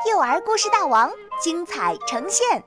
幼儿故事大王精彩呈现。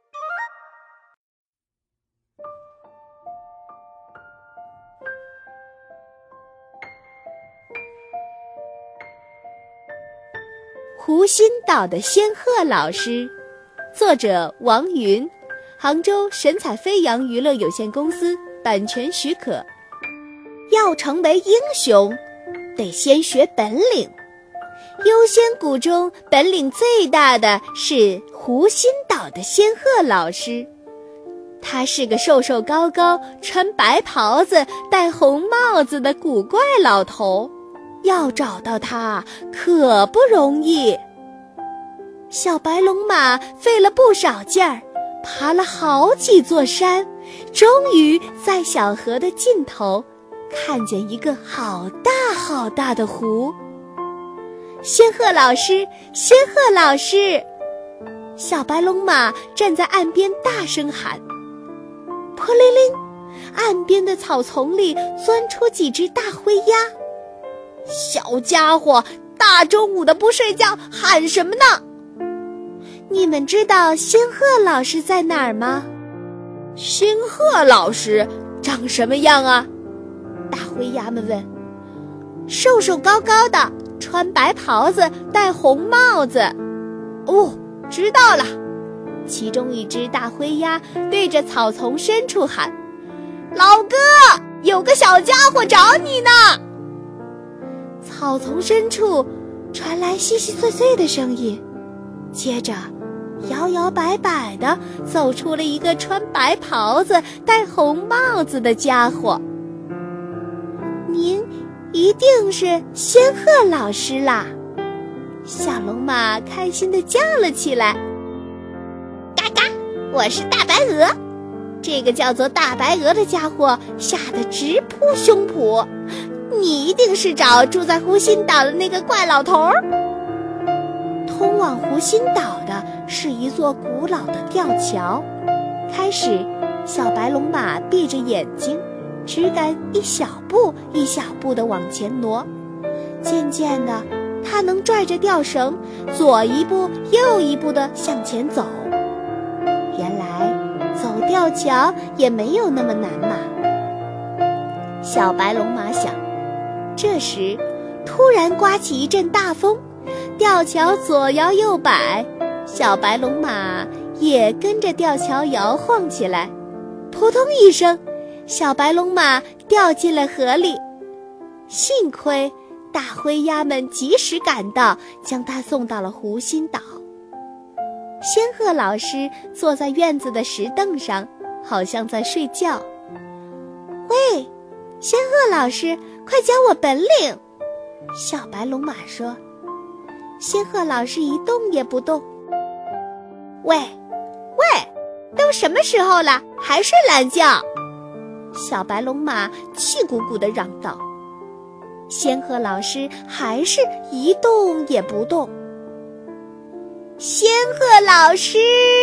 湖心岛的仙鹤老师，作者王云，杭州神采飞扬娱乐有限公司版权许可。要成为英雄，得先学本领。优仙谷中本领最大的是湖心岛的仙鹤老师，他是个瘦瘦高高、穿白袍子、戴红帽子的古怪老头，要找到他可不容易。小白龙马费了不少劲儿，爬了好几座山，终于在小河的尽头看见一个好大好大的湖。仙鹤老师，仙鹤老师！小白龙马站在岸边大声喊。扑灵灵，岸边的草丛里钻出几只大灰鸭。小家伙，大中午的不睡觉，喊什么呢？你们知道仙鹤老师在哪儿吗？仙鹤老师长什么样啊？大灰鸭们问。瘦瘦高高的，穿白袍子，戴红帽子。哦，知道了。其中一只大灰鸭对着草丛深处喊：老哥，有个小家伙找你呢。草丛深处传来稀稀碎碎的声音，接着摇摇摆摆地走出了一个穿白袍子、戴红帽子的家伙。您一定是仙鹤老师啦！小龙马开心地叫了起来。嘎嘎，我是大白鹅。这个叫做大白鹅的家伙吓得直扑胸脯。你一定是找住在湖心岛的那个怪老头。通往湖心岛的是一座古老的吊桥。开始，小白龙马闭着眼睛，只敢一小步一小步地往前挪。渐渐的，他能拽着吊绳，左一步右一步地向前走。原来走吊桥也没有那么难嘛。小白龙马想。这时突然刮起一阵大风，吊桥左摇右摆，小白龙马也跟着吊桥摇晃起来。扑通一声，小白龙马掉进了河里。幸亏大灰鸭们及时赶到，将它送到了湖心岛。仙鹤老师坐在院子的石凳上，好像在睡觉。喂，仙鹤老师，快教我本领！小白龙马说。仙鹤老师一动也不动。喂，都什么时候了，还睡懒觉？小白龙马气鼓鼓地嚷道。仙鹤老师还是一动也不动。仙鹤老师！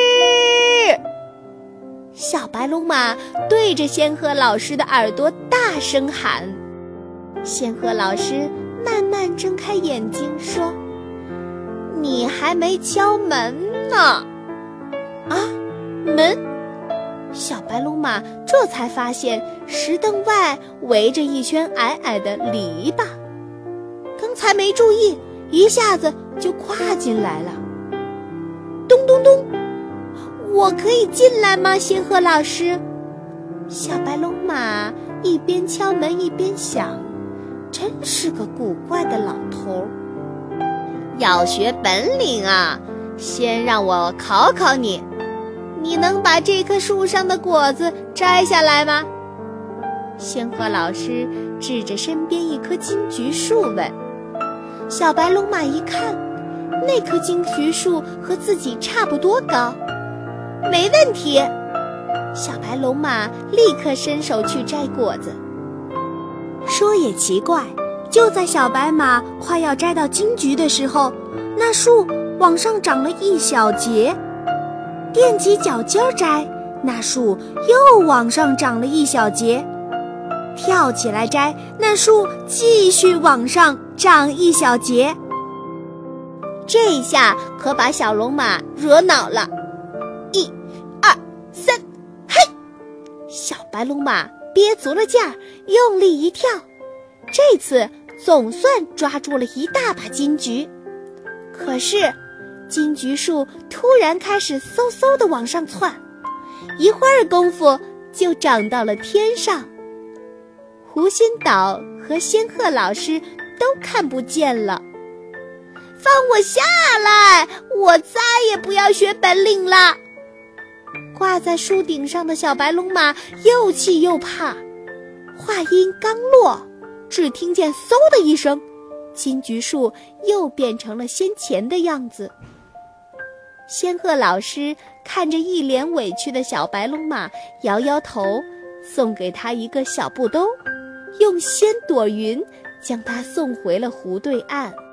小白龙马对着仙鹤老师的耳朵大声喊。仙鹤老师慢慢睁开眼睛说：你还没敲门呢。啊，门！小白龙马这才发现石凳外围着一圈矮矮的篱笆，刚才没注意，一下子就跨进来了。咚咚咚，我可以进来吗，仙鹤老师？小白龙马一边敲门一边想，真是个古怪的老头。要学本领啊，先让我考考你，你能把这棵树上的果子摘下来吗？仙鹤老师指着身边一棵金桔树问。小白龙马一看，那棵金桔树和自己差不多高。没问题。小白龙马立刻伸手去摘果子。说也奇怪，就在小白马快要摘到金桔的时候，那树往上长了一小节。踮起脚尖摘，那树又往上长了一小节。跳起来摘，那树继续往上长一小节。 这一下可把小龙马惹恼了。1、2、3，嘿！小白龙马憋足了劲儿，用力一跳，这次总算抓住了一大把金桔。可是金桔树突然开始嗖嗖地往上窜，一会儿功夫就长到了天上。湖心岛和仙鹤老师都看不见了。放我下来，我再也不要学本领了。挂在树顶上的小白龙马又气又怕。话音刚落，只听见嗖的一声，金桔树又变成了先前的样子。仙鹤老师看着一脸委屈的小白龙马，摇摇头，送给他一个小布兜，用仙朵云将他送回了湖对岸。